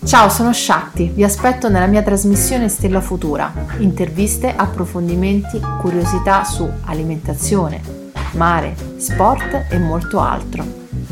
Ciao, sono Shakti, vi aspetto nella mia trasmissione Stella Futura. Interviste, approfondimenti, curiosità su alimentazione, mare, sport e molto altro.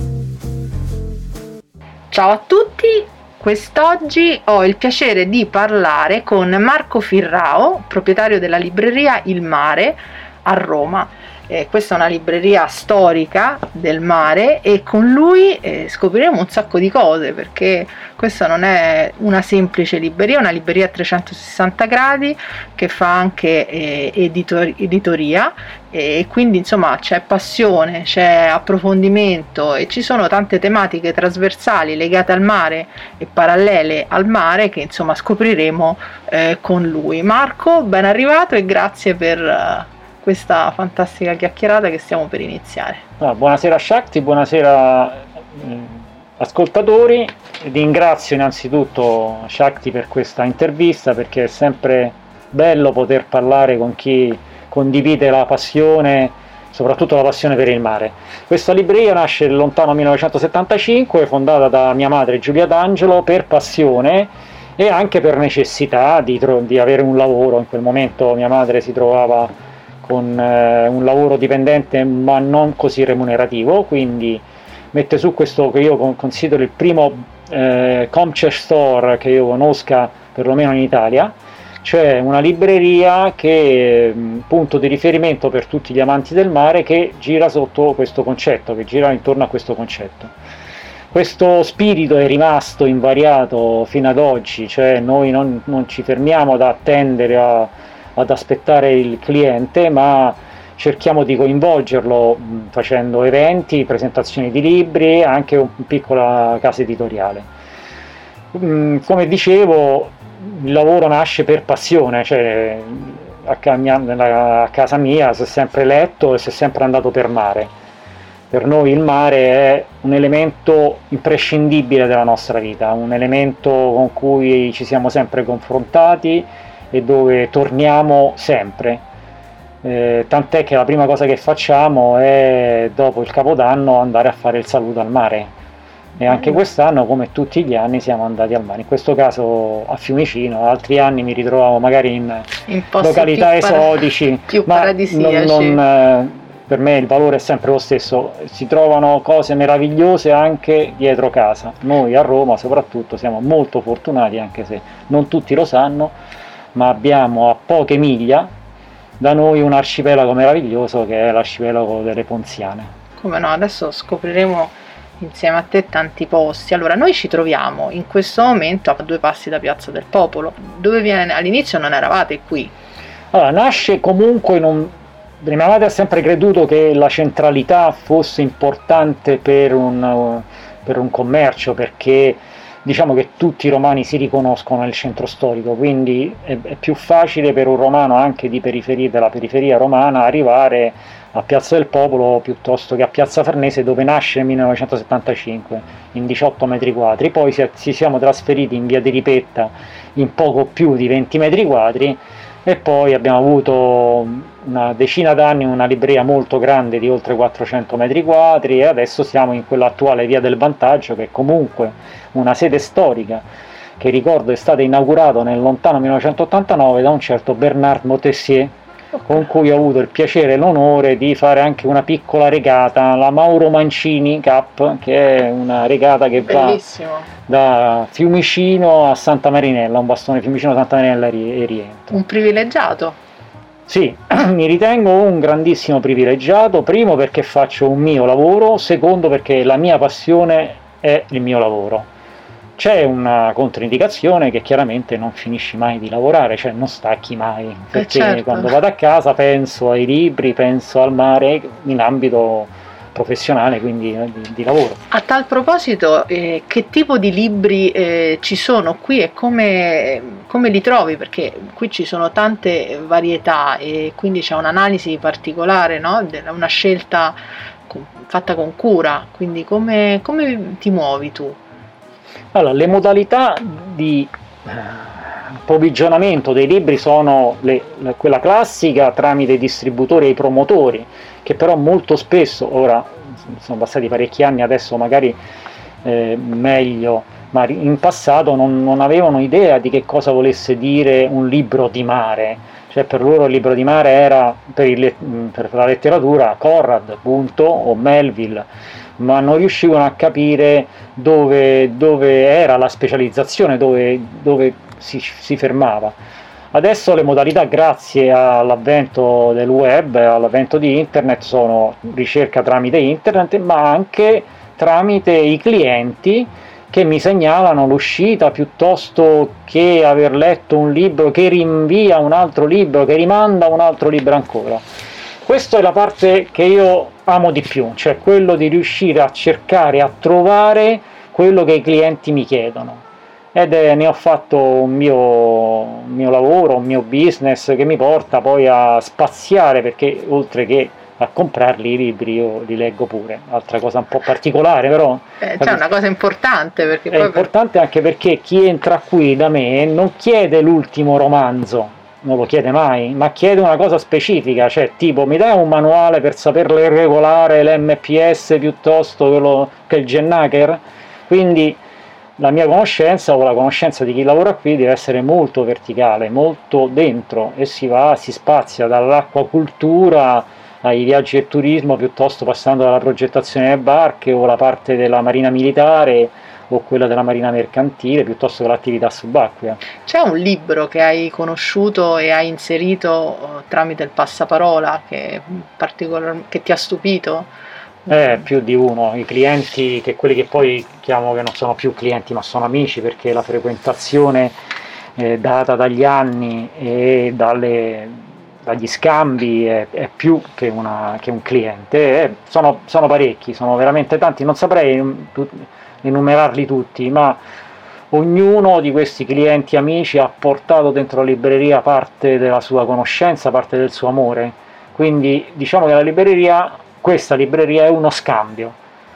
Ciao a tutti, quest'oggi ho il piacere di parlare con Marco Firrao, proprietario della libreria Il Mare a Roma. Questa è una libreria storica del mare e con lui scopriremo un sacco di cose, perché questa non è una semplice libreria, è una libreria a 360 gradi che fa anche editoria, e quindi insomma c'è passione, c'è approfondimento e ci sono tante tematiche trasversali legate al mare e parallele al mare che insomma scopriremo con lui. Marco, ben arrivato e grazie per questa fantastica chiacchierata che stiamo per iniziare. Buonasera Shakti, buonasera ascoltatori. Ringrazio innanzitutto Shakti per questa intervista, perché è sempre bello poter parlare con chi condivide la passione, soprattutto la passione per il mare. Questa libreria nasce nel lontano 1975, fondata da mia madre Giulia D'Angelo per passione e anche per necessità di avere un lavoro. In quel momento mia madre si trovava con un lavoro dipendente ma non così remunerativo, quindi mette su questo che io considero il primo Comce Store che io conosca perlomeno in Italia, cioè una libreria che punto di riferimento per tutti gli amanti del mare, che gira sotto questo concetto, che gira intorno a questo concetto. Questo spirito è rimasto invariato fino ad oggi, cioè noi non ci fermiamo ad attendere ad aspettare il cliente, ma cerchiamo di coinvolgerlo facendo eventi, presentazioni di libri e anche una piccola casa editoriale. Come dicevo, il lavoro nasce per passione, cioè a casa mia si è sempre letto e si è sempre andato per mare. Per noi il mare è un elemento imprescindibile della nostra vita, un elemento con cui ci siamo sempre confrontati e dove torniamo sempre, tant'è che la prima cosa che facciamo è, dopo il Capodanno, andare a fare il saluto al mare, e anche quest'anno, come tutti gli anni, siamo andati al mare, in questo caso a Fiumicino. Altri anni mi ritrovavo magari in località esotici, più paradisiaci. Per me il valore è sempre lo stesso, si trovano cose meravigliose anche dietro casa. Noi a Roma soprattutto siamo molto fortunati, anche se non tutti lo sanno, ma abbiamo a poche miglia da noi un arcipelago meraviglioso che è l'arcipelago delle Ponziane. Come no, adesso scopriremo insieme a te tanti posti. Allora, noi ci troviamo in questo momento a 2 passi da Piazza del Popolo. Dove viene? All'inizio non eravate qui. Allora, nasce comunque mia madre ha sempre creduto che la centralità fosse importante per un commercio, perché diciamo che tutti i romani si riconoscono nel centro storico, quindi è più facile per un romano anche della periferia romana arrivare a Piazza del Popolo piuttosto che a Piazza Farnese, dove nasce nel 1975 in 18 metri quadri. Poi ci siamo trasferiti in via di Ripetta in poco più di 20 metri quadri e poi abbiamo avuto una decina d'anni una libreria molto grande di oltre 400 metri quadri e adesso siamo in quella attuale via del Vantaggio, che è comunque una sede storica che, ricordo, è stata inaugurata nel lontano 1989 da un certo Bernard Moitessier, con cui ho avuto il piacere e l'onore di fare anche una piccola regata, la Mauro Mancini Cup, che è una regata che Bellissimo. Va da Fiumicino a Santa Marinella, un bastone Fiumicino-Santa Marinella e rientro. Un privilegiato. Sì, mi ritengo un grandissimo privilegiato, primo perché faccio un mio lavoro, secondo perché la mia passione è il mio lavoro. C'è una controindicazione, che chiaramente non finisci mai di lavorare, cioè non stacchi mai, perché certo. Quando vado a casa penso ai libri, penso al mare in ambito professionale, quindi di lavoro. A tal proposito, che tipo di libri ci sono qui e come li trovi? Perché qui ci sono tante varietà e quindi c'è un'analisi particolare, no? Una scelta fatta con cura, quindi come ti muovi tu? Allora, le modalità di approvvigionamento dei libri sono quella classica tramite i distributori e i promotori, che però molto spesso, ora sono passati parecchi anni, adesso magari meglio, ma in passato non avevano idea di che cosa volesse dire un libro di mare. Cioè per loro il libro di mare era, per la letteratura, Conrad, punto, o Melville, ma non riuscivano a capire dove era la specializzazione, dove si fermava. Adesso le modalità, grazie all'avvento del web, all'avvento di internet, sono ricerca tramite internet, ma anche tramite i clienti che mi segnalano l'uscita, piuttosto che aver letto un libro che rinvia un altro libro, che rimanda un altro libro ancora. Questa è la parte che io amo di più, cioè quello di riuscire a cercare, a trovare quello che i clienti mi chiedono. Ne ho fatto un mio lavoro, un mio business che mi porta poi a spaziare, perché oltre che a comprarli i libri io li leggo pure, altra cosa un po' particolare, però c'è una cosa importante, perché è poi importante anche perché chi entra qui da me non chiede l'ultimo romanzo, non lo chiede mai, ma chiede una cosa specifica, cioè tipo mi dai un manuale per saperle regolare l'MPS piuttosto che il Gennaker? Quindi la mia conoscenza o la conoscenza di chi lavora qui deve essere molto verticale, molto dentro, e si spazia dall'acquacultura ai viaggi e turismo, piuttosto passando dalla progettazione delle barche o la parte della marina militare o quella della marina mercantile, piuttosto che l'attività subacquea. C'è un libro che hai conosciuto e hai inserito tramite il passaparola che ti ha stupito? Più di uno, i clienti, che quelli che poi chiamo che non sono più clienti ma sono amici, perché la frequentazione data dagli anni e dagli scambi è più che un cliente, sono parecchi, sono veramente tanti, non saprei enumerarli tutti, ma ognuno di questi clienti amici ha portato dentro la libreria parte della sua conoscenza, parte del suo amore, quindi diciamo che questa libreria è uno scambio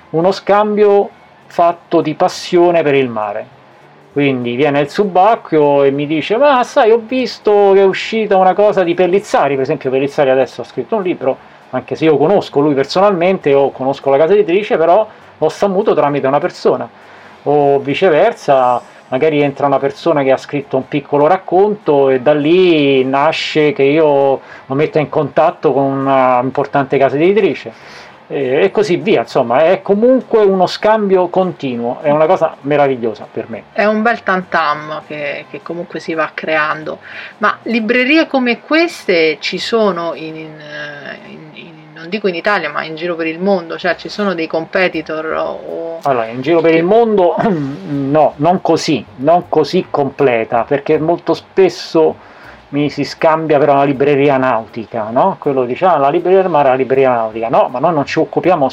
fatto di passione per il mare. Quindi viene il subacqueo e mi dice: ma sai, ho visto che è uscita una cosa di Pellizzari, per esempio. Pellizzari adesso ha scritto un libro, anche se io conosco lui personalmente o conosco la casa editrice, però l'ho saputo tramite una persona, o viceversa, magari entra una persona che ha scritto un piccolo racconto e da lì nasce che io lo metta in contatto con una importante casa editrice e così via. Insomma, è comunque uno scambio continuo, è una cosa meravigliosa per me. È un bel tantam che comunque si va creando. Ma librerie come queste ci sono non dico in Italia, ma in giro per il mondo? Cioè ci sono dei competitor? Allora, in giro per il mondo no, non così completa, perché molto spesso mi si scambia per una libreria nautica, no? Quello dice, la libreria del mare è la libreria nautica. No, ma noi non ci occupiamo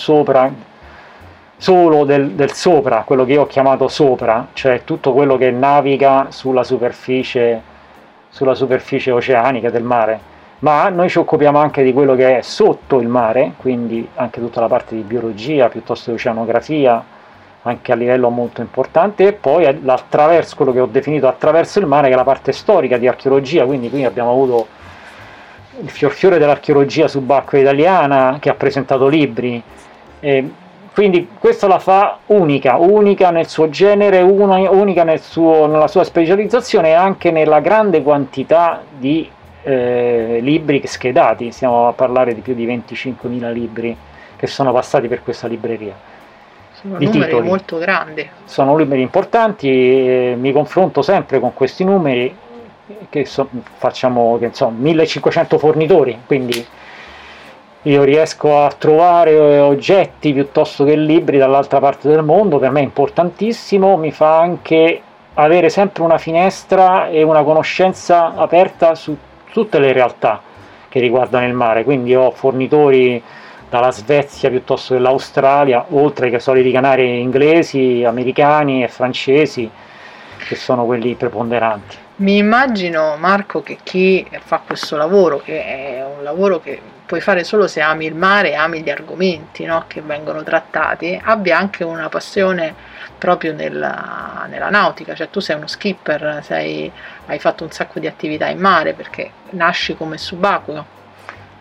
solo del sopra, quello che io ho chiamato sopra, cioè tutto quello che naviga sulla superficie oceanica del mare. Ma noi ci occupiamo anche di quello che è sotto il mare, quindi anche tutta la parte di biologia, piuttosto che oceanografia, anche a livello molto importante, e poi attraverso quello che ho definito attraverso il mare, che è la parte storica di archeologia. Quindi qui abbiamo avuto il fiore dell'archeologia subacquea italiana, che ha presentato libri, quindi questo la fa unica nel suo genere, unica nella sua specializzazione e anche nella grande quantità di libri schedati. Stiamo a parlare di più di 25.000 libri che sono passati per questa libreria. Sono numeri molto grandi. Sono numeri importanti, mi confronto sempre con questi numeri, facciamo 1500 fornitori, quindi io riesco a trovare oggetti piuttosto che libri dall'altra parte del mondo. Per me è importantissimo, mi fa anche avere sempre una finestra e una conoscenza aperta su tutte le realtà che riguardano il mare, quindi ho fornitori dalla Svezia piuttosto che dall'Australia, oltre che soliti canari inglesi, americani e francesi, che sono quelli preponderanti. Mi immagino, Marco, che chi fa questo lavoro, che è un lavoro che puoi fare solo se ami il mare e ami gli argomenti, no, che vengono trattati, abbia anche una passione proprio nella nautica. Cioè tu sei uno skipper, hai fatto un sacco di attività in mare perché nasci come subacqueo.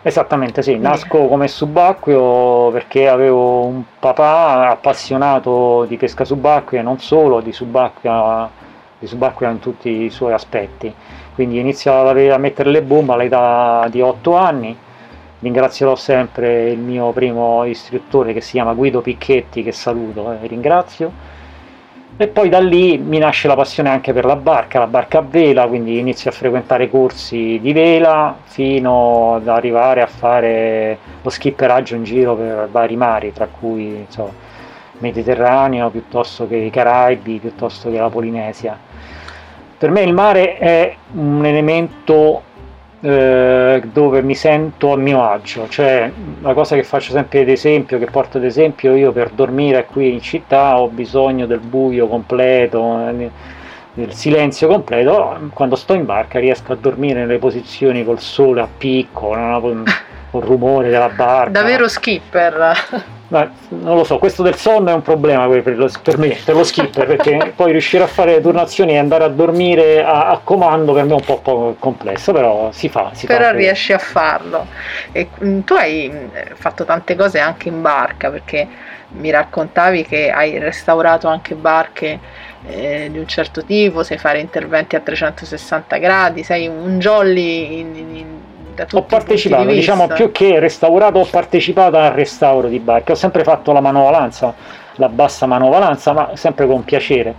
Esattamente, sì, nasco come subacqueo perché avevo un papà appassionato di pesca subacquea e non solo, di subacquea in tutti i suoi aspetti. Quindi inizio a mettere le bombe all'età di 8 anni. Ringrazierò sempre il mio primo istruttore che si chiama Guido Picchetti, che saluto e ringrazio. E poi da lì mi nasce la passione anche per la barca a vela, quindi inizio a frequentare corsi di vela fino ad arrivare a fare lo skipperaggio in giro per vari mari, tra cui Mediterraneo, piuttosto che i Caraibi, piuttosto che la Polinesia. Per me il mare è un elemento dove mi sento a mio agio, cioè la cosa che faccio sempre che porto ad esempio, io per dormire qui in città ho bisogno del buio completo, del silenzio completo. Quando sto in barca riesco a dormire nelle posizioni col sole a picco, col rumore della barca. Davvero skipper. Ma non lo so, questo del sonno è un problema per me, per lo skipper, perché poi riuscire a fare le turnazioni e andare a dormire a comando per me è un po' complesso, però si fa. Però riesci a farlo. E tu hai fatto tante cose anche in barca, perché mi raccontavi che hai restaurato anche barche di un certo tipo, sai fare interventi a 360 gradi, sei un jolly da tutti ho partecipato, i punti di vista. diciamo, più che restaurato, ho partecipato al restauro di barche, ho sempre fatto la manovalanza, la bassa manovalanza, ma sempre con piacere.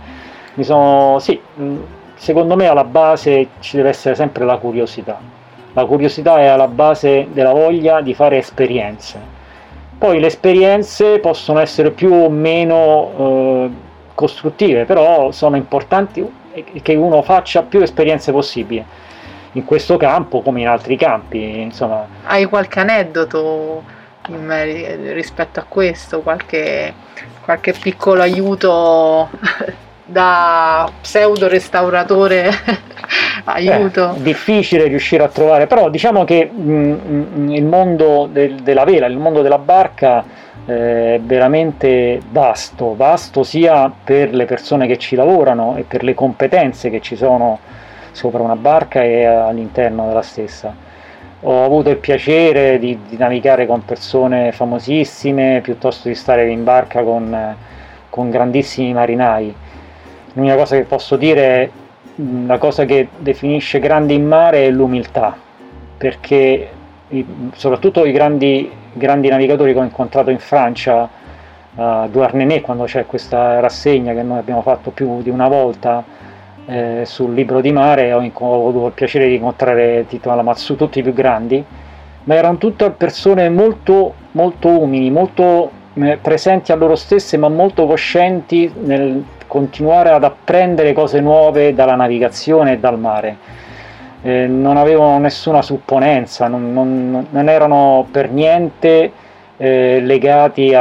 Secondo me alla base ci deve essere sempre la curiosità. La curiosità è alla base della voglia di fare esperienze. Poi le esperienze possono essere più o meno costruttive, però sono importanti che uno faccia più esperienze possibili. In questo campo come in altri campi, insomma. Hai qualche aneddoto rispetto a questo, qualche piccolo aiuto da pseudo restauratore? Aiuto. Difficile riuscire a trovare, però diciamo che il mondo della vela, il mondo della barca è veramente vasto sia per le persone che ci lavorano e per le competenze che ci sono sopra una barca e all'interno della stessa. Ho avuto il piacere di navigare con persone famosissime, piuttosto di stare in barca con grandissimi marinai. L'unica cosa che posso dire, la cosa che definisce grande in mare è l'umiltà, perché soprattutto i grandi navigatori che ho incontrato in Francia, a Douarnenez, quando c'è questa rassegna che noi abbiamo fatto più di una volta, sul libro di mare, ho avuto il piacere di incontrare Tito Alamatsu, tutti i più grandi, ma erano tutte persone molto, molto umili, molto presenti a loro stesse, ma molto coscienti nel continuare ad apprendere cose nuove dalla navigazione e dal mare. Non avevano nessuna supponenza, non erano per niente legati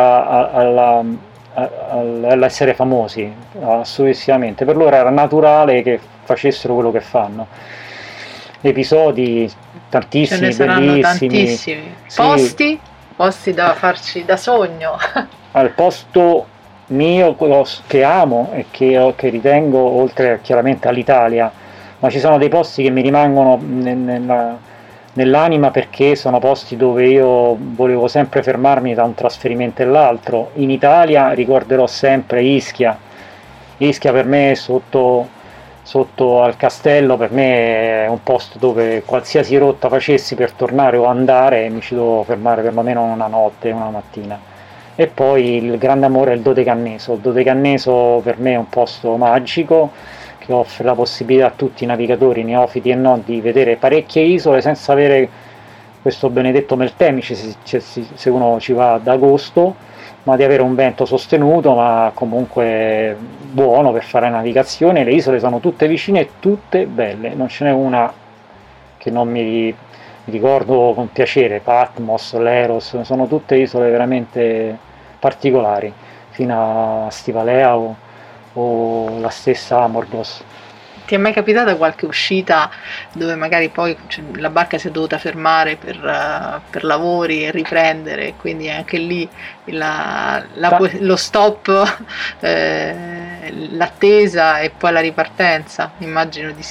all'essere famosi, assolutamente. Per loro era naturale che facessero quello che fanno. Episodi tantissimi, ce ne bellissimi, tantissimi. Sì. Posti da farci da sogno. Al posto mio che amo e che ritengo, oltre chiaramente all'Italia, ma ci sono dei posti che mi rimangono nell'anima perché sono posti dove io volevo sempre fermarmi da un trasferimento all'altro. In Italia ricorderò sempre Ischia per me sotto al castello, per me è un posto dove qualsiasi rotta facessi per tornare o andare mi ci devo fermare perlomeno una notte, una mattina. E poi il grande amore è il Dodecanneso. Il Dodecanneso per me è un posto magico che offre la possibilità a tutti i navigatori, neofiti e non, di vedere parecchie isole senza avere questo benedetto Meltemice se uno ci va ad agosto, ma di avere un vento sostenuto ma comunque buono per fare navigazione. Le isole sono tutte vicine e tutte belle, non ce n'è una che non mi ricordo con piacere. Patmos, Leros, sono tutte isole veramente particolari, fino a Stivalea o la stessa Amorgos. Ti è mai capitata qualche uscita dove magari poi la barca si è dovuta fermare per lavori e riprendere, e quindi anche lì lo stop, l'attesa e poi la ripartenza? Immagino di sì.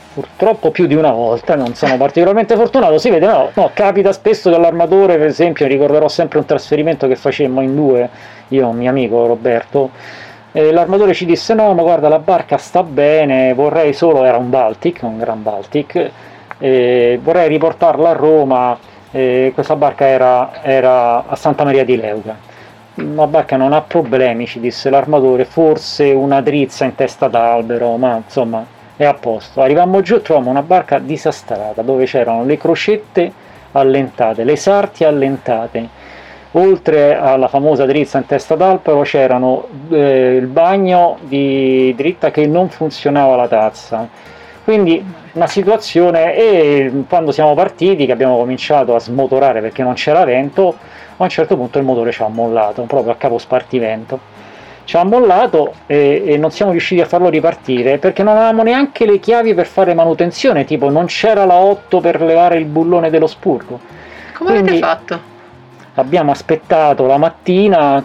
purtroppo più di una volta, non sono particolarmente fortunato, si vede, no, capita spesso che l'armatore, per esempio, mi ricorderò sempre un trasferimento che facemmo in due, io e un mio amico Roberto, e l'armatore ci disse: no, ma guarda, la barca sta bene, vorrei solo, era un Baltic, un gran Baltic, vorrei riportarla a Roma, questa barca era a Santa Maria di Leuca. La barca non ha problemi, ci disse l'armatore, forse una drizza in testa d'albero, ma insomma è a posto. Arrivammo giù e trovammo una barca disastrata, dove c'erano le crocette allentate, le sarti allentate, oltre alla famosa drizza in testa d'albero c'erano il bagno di dritta che non funzionava la tazza. Quindi una situazione, e quando siamo partiti, che abbiamo cominciato a smotorare perché non c'era vento, a un certo punto il motore ci ha mollato, proprio a capo spartivento. Ci ha mollato e non siamo riusciti a farlo ripartire perché non avevamo neanche le chiavi per fare manutenzione, tipo non c'era la 8 per levare il bullone dello spurgo. Come avete fatto? Abbiamo aspettato la mattina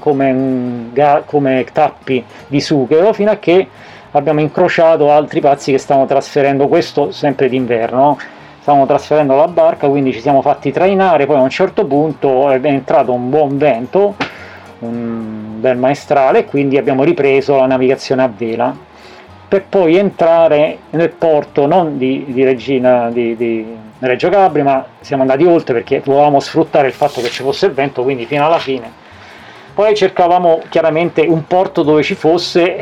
come tappi di sughero fino a che abbiamo incrociato altri pazzi che stavano trasferendo, questo sempre d'inverno, stavamo trasferendo la barca, quindi ci siamo fatti trainare, poi a un certo punto è entrato un buon vento, un bel maestrale, e quindi abbiamo ripreso la navigazione a vela per poi entrare nel porto non di Reggio Calabria, ma siamo andati oltre perché volevamo sfruttare il fatto che ci fosse il vento, quindi fino alla fine. Poi cercavamo chiaramente un porto dove ci fosse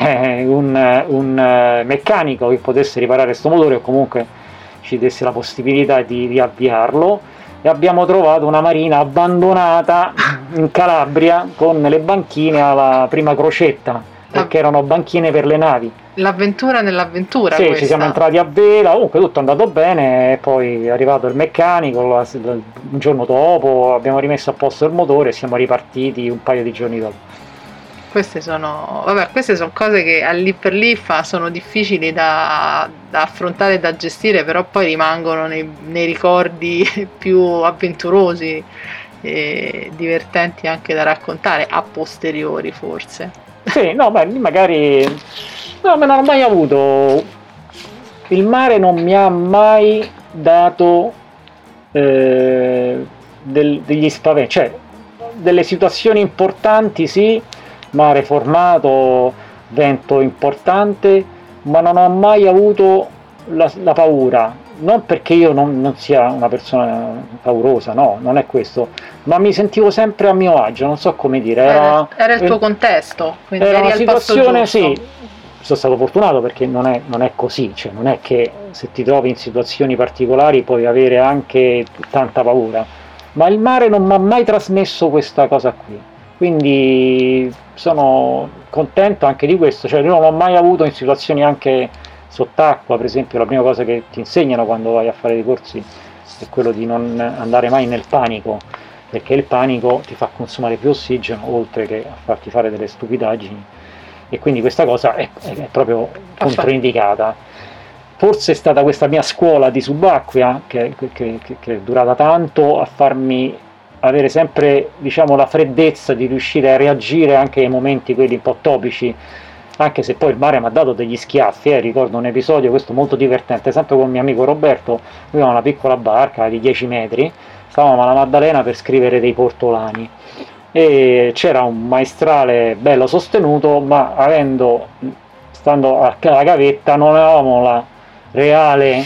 un meccanico che potesse riparare questo motore o comunque ci desse la possibilità di riavviarlo, e abbiamo trovato una marina abbandonata in Calabria con le banchine alla prima crocetta, perché erano banchine per le navi. L'avventura nell'avventura. Sì, questa. ci siamo entrati a vela, comunque tutto è andato bene, e poi è arrivato il meccanico, un giorno dopo abbiamo rimesso a posto il motore e siamo ripartiti un paio di giorni dopo. Queste sono cose che lì per lì sono difficili da affrontare e da gestire, però poi rimangono nei ricordi più avventurosi e divertenti anche da raccontare a posteriori forse. Sì, no, beh, magari no, ma non ho mai avuto, il mare non mi ha mai dato degli spaventi, cioè delle situazioni importanti sì, mare formato, vento importante, ma non ho mai avuto la paura, non perché io non sia una persona paurosa, no, non è questo, ma mi sentivo sempre a mio agio, non so come dire, era il tuo contesto, quindi era eri una al posto situazione, giusto. sì, sono stato fortunato perché non è così, cioè non è che se ti trovi in situazioni particolari puoi avere anche tanta paura, ma il mare non mi ha mai trasmesso questa cosa qui, quindi sono contento anche di questo, cioè io non ho mai avuto in situazioni anche sott'acqua, per esempio la prima cosa che ti insegnano quando vai a fare dei corsi è quello di non andare mai nel panico, perché il panico ti fa consumare più ossigeno oltre che a farti fare delle stupidaggini, e quindi questa cosa è proprio controindicata. Forse è stata questa mia scuola di subacquea che è durata tanto a farmi avere sempre, diciamo, la freddezza di riuscire a reagire anche ai momenti quelli un po' topici, anche se poi il mare mi ha dato degli schiaffi, ricordo un episodio questo molto divertente, sempre con mio amico Roberto, noi avevamo una piccola barca di 10 metri, stavamo alla Maddalena per scrivere dei portolani e c'era un maestrale bello sostenuto, ma stando alla gavetta non avevamo la reale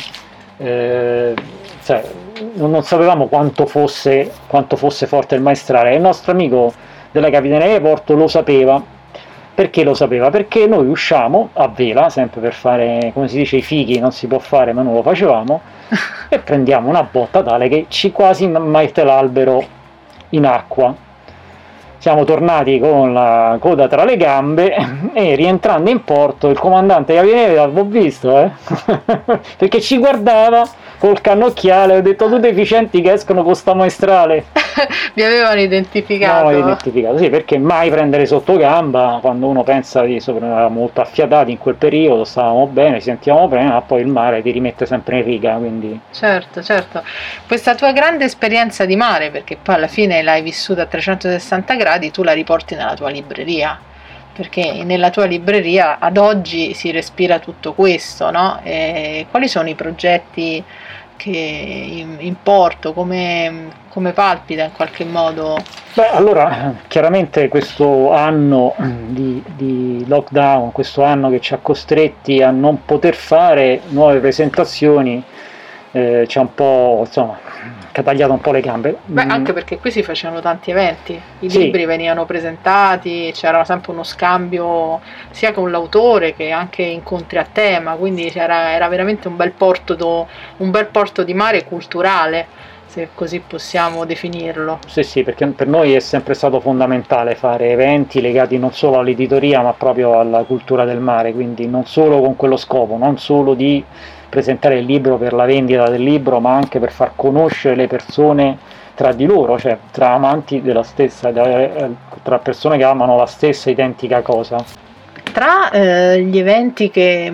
cioè non sapevamo quanto fosse forte il maestrale, e il nostro amico della Capitaneria di Porto lo sapeva. Perché lo sapeva? Perché noi usciamo a vela, sempre per fare, come si dice, i fighi, non si può fare ma non lo facevamo, e prendiamo una botta tale che ci quasi mette l'albero in acqua. Siamo tornati con la coda tra le gambe e rientrando in porto il comandante Capitaneria l'ho visto, perché ci guardava col cannocchiale, ho detto tutti i deficienti che escono con sta maestrale. Vi avevano identificato? No, identificato, sì, perché mai prendere sotto gamba quando uno pensa di eravamo molto affiatati in quel periodo, stavamo bene, ci sentivamo bene, ma poi il mare ti rimette sempre in riga, quindi... Certo. Questa tua grande esperienza di mare, perché poi alla fine l'hai vissuta a 360 gradi, tu la riporti nella tua libreria, perché nella tua libreria ad oggi si respira tutto questo, no? Quali sono i progetti che in porto, come palpita in qualche modo? Beh, allora, chiaramente questo anno di lockdown, questo anno che ci ha costretti a non poter fare nuove presentazioni, ci ha un po', insomma, tagliato un po' le gambe. Beh, anche perché qui si facevano tanti eventi, i Sì. libri venivano presentati, c'era sempre uno scambio sia con l'autore che anche incontri a tema, quindi era veramente un bel porto di mare culturale, se così possiamo definirlo. Sì, perché per noi è sempre stato fondamentale fare eventi legati non solo all'editoria ma proprio alla cultura del mare, quindi non solo con quello scopo, non solo di presentare il libro per la vendita del libro, ma anche per far conoscere le persone tra di loro, cioè tra amanti della stessa, tra persone che amano la stessa identica cosa. Tra gli eventi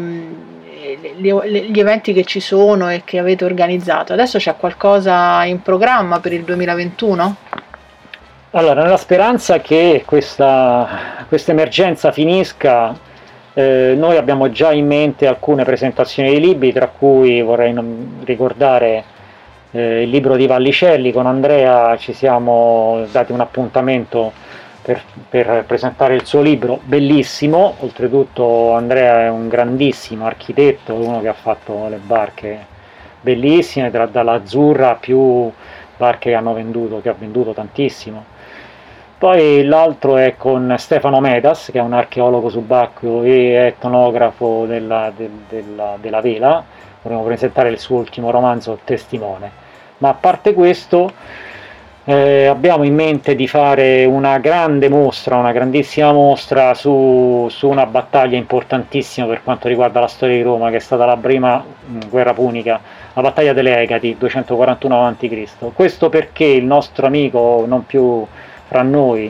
gli eventi che ci sono e che avete organizzato, adesso c'è qualcosa in programma per il 2021? Allora, nella speranza che questa emergenza finisca, noi abbiamo già in mente alcune presentazioni di libri, tra cui vorrei ricordare il libro di Vallicelli. Con Andrea ci siamo dati un appuntamento per presentare il suo libro, bellissimo. Oltretutto Andrea è un grandissimo architetto, uno che ha fatto le barche bellissime, dall'Azzurra più barche che ha venduto tantissimo. Poi l'altro è con Stefano Medas, che è un archeologo subacqueo e etnografo della vela. Vorremmo presentare il suo ultimo romanzo, Testimone. Ma a parte questo, abbiamo in mente di fare una grande mostra, una grandissima mostra su una battaglia importantissima per quanto riguarda la storia di Roma, che è stata la prima guerra punica, la battaglia delle Egati, 241 a.C. Questo perché il nostro amico, non più fra noi,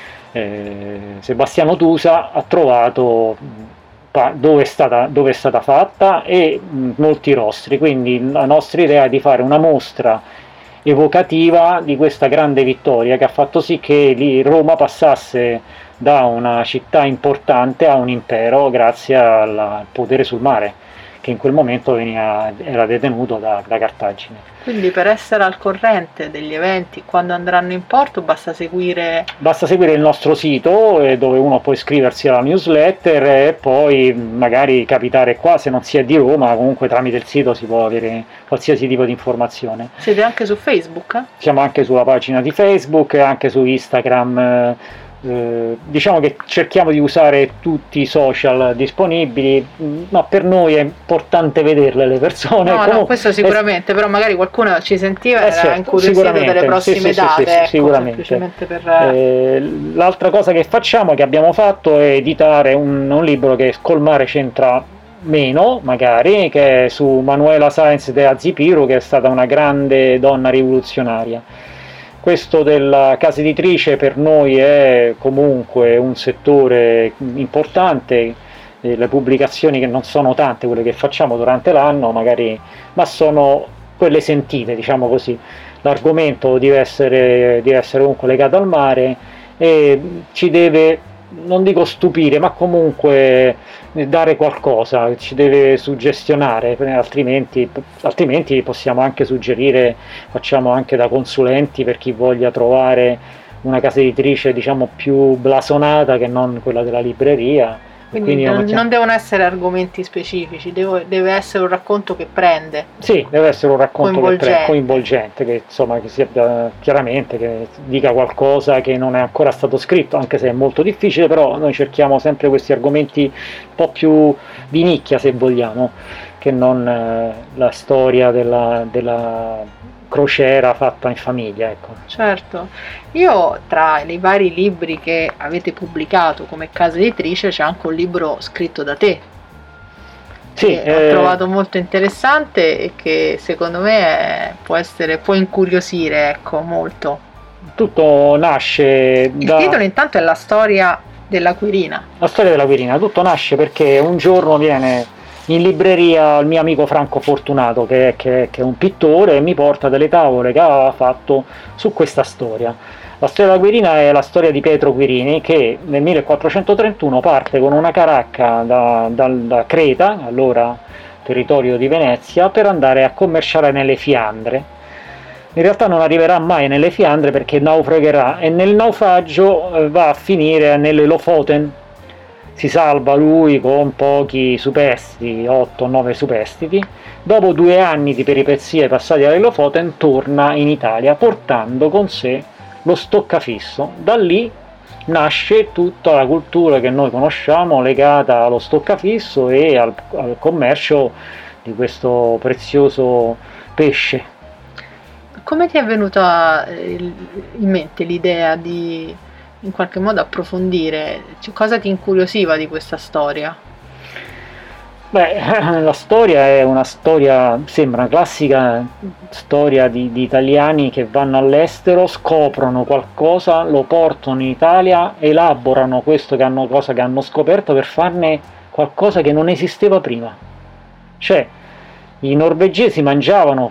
Sebastiano Tusa, ha trovato dove è stata fatta e molti rostri, quindi la nostra idea è di fare una mostra evocativa di questa grande vittoria che ha fatto sì che Roma passasse da una città importante a un impero grazie al potere sul mare, che in quel momento era detenuto da Cartagine. Quindi per essere al corrente degli eventi quando andranno in porto basta seguire il nostro sito, dove uno può iscriversi alla newsletter e poi magari capitare qua, se non si è di Roma, comunque tramite il sito si può avere qualsiasi tipo di informazione. Siete anche su Facebook? Siamo anche sulla pagina di Facebook e anche su Instagram. Diciamo che cerchiamo di usare tutti i social disponibili, ma per noi è importante vederle le persone. No, questo sicuramente, però magari qualcuno ci sentiva e era incuriosito delle prossime date. Sì, sicuramente. L'altra cosa che facciamo, che abbiamo fatto, è editare un libro che col mare c'entra meno, magari, che è su Manuela Sáenz de Azipiru, che è stata una grande donna rivoluzionaria. Questo della casa editrice per noi è comunque un settore importante, le pubblicazioni che non sono tante quelle che facciamo durante l'anno magari, ma sono quelle sentite, diciamo così. L'argomento deve essere comunque legato al mare e ci deve, non dico stupire, ma comunque dare qualcosa, ci deve suggestionare, altrimenti possiamo anche suggerire, facciamo anche da consulenti per chi voglia trovare una casa editrice, diciamo, più blasonata che non quella della libreria. Quindi non devono essere argomenti specifici, deve essere un racconto che prende. Sì, deve essere un racconto coinvolgente, che insomma che sia chiaramente, che dica qualcosa che non è ancora stato scritto, anche se è molto difficile, però noi cerchiamo sempre questi argomenti un po' più di nicchia, se vogliamo, che non la storia della crociera fatta in famiglia, ecco. Certo, io tra i vari libri che avete pubblicato come casa editrice c'è anche un libro scritto da te, sì, che ho trovato molto interessante e che secondo me può incuriosire, ecco, molto. Tutto nasce il titolo intanto è La storia della Quirina. La storia della Quirina, tutto nasce perché un giorno viene in libreria il mio amico Franco Fortunato, che è un pittore, e mi porta delle tavole che aveva fatto su questa storia. La storia della Quirina è la storia di Pietro Quirini, che nel 1431 parte con una caracca da Creta, allora territorio di Venezia, per andare a commerciare nelle Fiandre. In realtà non arriverà mai nelle Fiandre perché naufragherà, e nel naufragio va a finire nelle Lofoten. Si salva lui con pochi superstiti, 8-9 superstiti. Dopo 2 anni di peripezie passati alle Lofoten torna in Italia portando con sé lo stoccafisso. Da lì nasce tutta la cultura che noi conosciamo legata allo stoccafisso e al commercio di questo prezioso pesce. Come ti è venuta in mente l'idea di in qualche modo approfondire? Cosa ti incuriosiva di questa storia? Beh, la storia è una storia, sembra una classica storia di italiani che vanno all'estero, scoprono qualcosa, lo portano in Italia, elaborano questo cosa che hanno scoperto per farne qualcosa che non esisteva prima. Cioè, i norvegesi mangiavano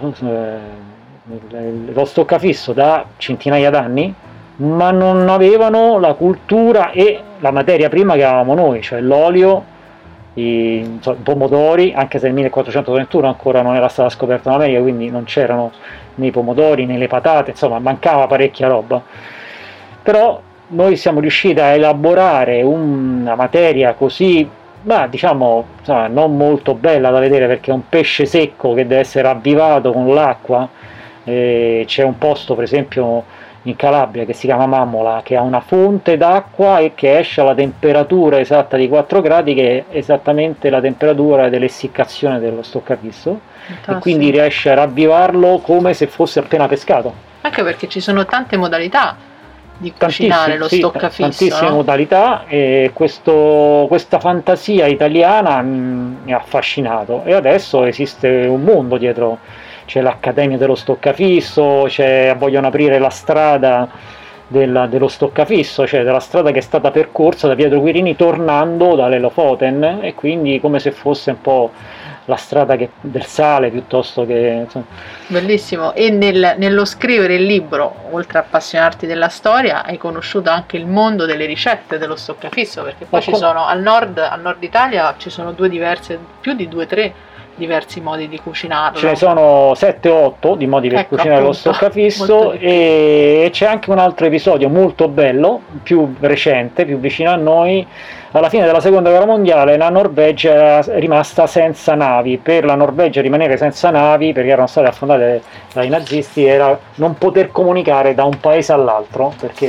lo stoccafisso da centinaia d'anni, ma non avevano la cultura e la materia prima che avevamo noi, cioè l'olio, i pomodori, anche se nel 1431 ancora non era stata scoperta l'America, quindi non c'erano né i pomodori né le patate, insomma mancava parecchia roba. Però noi siamo riusciti a elaborare una materia così, diciamo, insomma, non molto bella da vedere, perché è un pesce secco che deve essere ravvivato con l'acqua. C'è un posto per esempio in Calabria che si chiama Mammola, che ha una fonte d'acqua e che esce alla temperatura esatta di 4 gradi, che è esattamente la temperatura dell'essiccazione dello stoccafisso. E quindi riesce a ravvivarlo come se fosse appena pescato. Anche perché ci sono tante modalità di cucinare lo stoccafisso. Tantissime modalità, e questa fantasia italiana mi ha affascinato, e adesso esiste un mondo dietro. C'è l'Accademia dello Stoccafisso, vogliono aprire la strada dello stoccafisso, cioè della strada che è stata percorsa da Pietro Quirini tornando dalle Lofoten, e quindi come se fosse un po' la strada del sale, piuttosto che... Insomma. Bellissimo. E nello scrivere il libro, oltre a appassionarti della storia, hai conosciuto anche il mondo delle ricette dello stoccafisso, perché poi ci sono al nord Italia ci sono più di 2-3 diversi modi di cucinarlo. Ce ne sono 7-8 di modi per cucinare appunto, lo stoccafisso, e c'è anche un altro episodio molto bello, più recente, più vicino a noi. Alla fine della seconda guerra mondiale la Norvegia era rimasta senza navi. Per la Norvegia rimanere senza navi, perché erano state affondate dai nazisti, era non poter comunicare da un paese all'altro, perché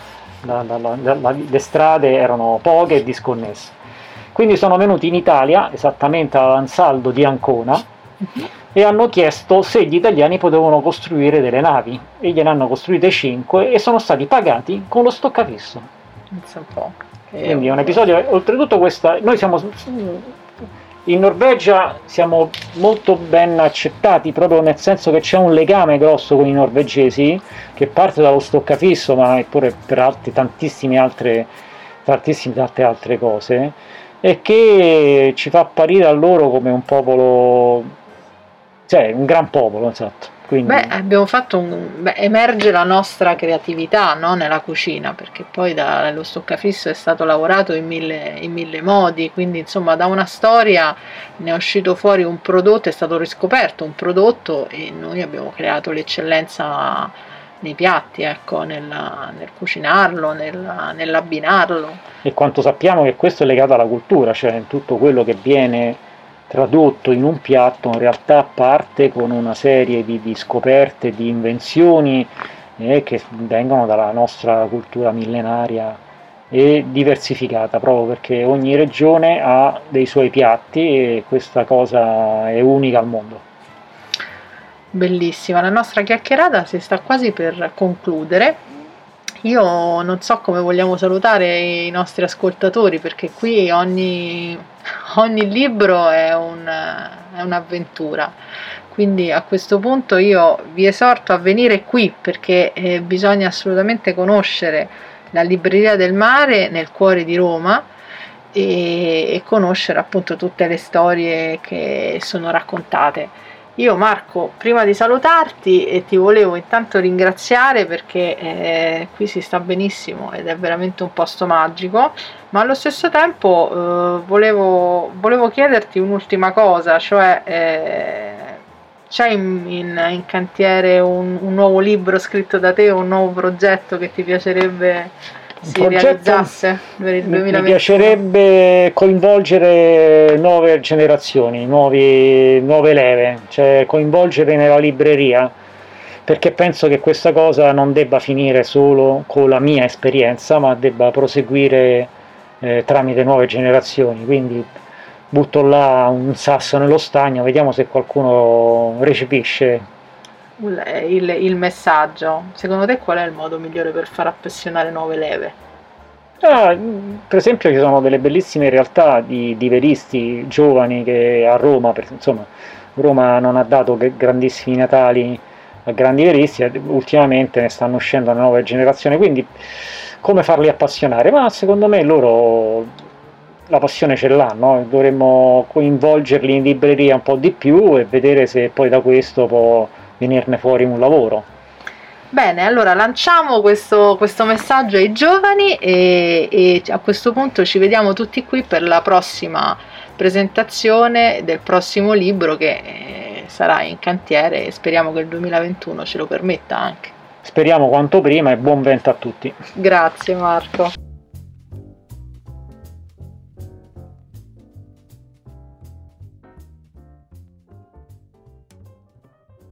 le strade erano poche e disconnesse. Quindi sono venuti in Italia, esattamente all'Ansaldo di Ancona, e hanno chiesto se gli italiani potevano costruire delle navi, e gliene hanno costruite 5 e sono stati pagati con lo stoccafisso. Pensa un po'. Quindi è un episodio, oltretutto noi siamo in Norvegia, siamo molto ben accettati, proprio nel senso che c'è un legame grosso con i norvegesi, che parte dallo stoccafisso, ma pure per tantissime altre cose, e che ci fa apparire a loro come un popolo, cioè un gran popolo, esatto. Quindi... abbiamo fatto emerge la nostra creatività, no? Nella cucina, perché poi lo stoccafisso è stato lavorato in mille modi, quindi insomma da una storia ne è uscito fuori un prodotto, è stato riscoperto un prodotto, e noi abbiamo creato l'eccellenza nei piatti, ecco, nel cucinarlo, nell'abbinarlo. E quanto sappiamo che questo è legato alla cultura, cioè tutto quello che viene tradotto in un piatto in realtà parte con una serie di scoperte, di invenzioni che vengono dalla nostra cultura millenaria e diversificata, proprio perché ogni regione ha dei suoi piatti, e questa cosa è unica al mondo. Bellissima, la nostra chiacchierata si sta quasi per concludere. Io non so come vogliamo salutare i nostri ascoltatori, perché qui ogni libro è un'avventura, quindi a questo punto io vi esorto a venire qui, perché bisogna assolutamente conoscere la Libreria del Mare nel cuore di Roma, e conoscere appunto tutte le storie che sono raccontate. Io, Marco, prima di salutarti, ti volevo intanto ringraziare perché qui si sta benissimo ed è veramente un posto magico, ma allo stesso tempo volevo chiederti un'ultima cosa, cioè c'è in cantiere un nuovo libro scritto da te, un nuovo progetto che ti piacerebbe si realizzasse per il 2021? Mi piacerebbe coinvolgere nuove generazioni, nuove leve, cioè coinvolgere nella libreria, perché penso che questa cosa non debba finire solo con la mia esperienza, ma debba proseguire tramite nuove generazioni. Quindi butto là un sasso nello stagno, vediamo se qualcuno recepisce il messaggio. Secondo te qual è il modo migliore per far appassionare nuove leve? Per esempio ci sono delle bellissime realtà di veristi giovani che a Roma, insomma, Roma non ha dato grandissimi Natali a grandi veristi, ultimamente ne stanno uscendo una nuova generazione, quindi come farli appassionare? Ma secondo me loro la passione ce l'hanno, dovremmo coinvolgerli in libreria un po' di più e vedere se poi da questo può venirne fuori un lavoro. Bene, allora lanciamo questo messaggio ai giovani e a questo punto ci vediamo tutti qui per la prossima presentazione del prossimo libro che sarà in cantiere e speriamo che il 2021 ce lo permetta anche. Speriamo quanto prima e buon vento a tutti. Grazie Marco.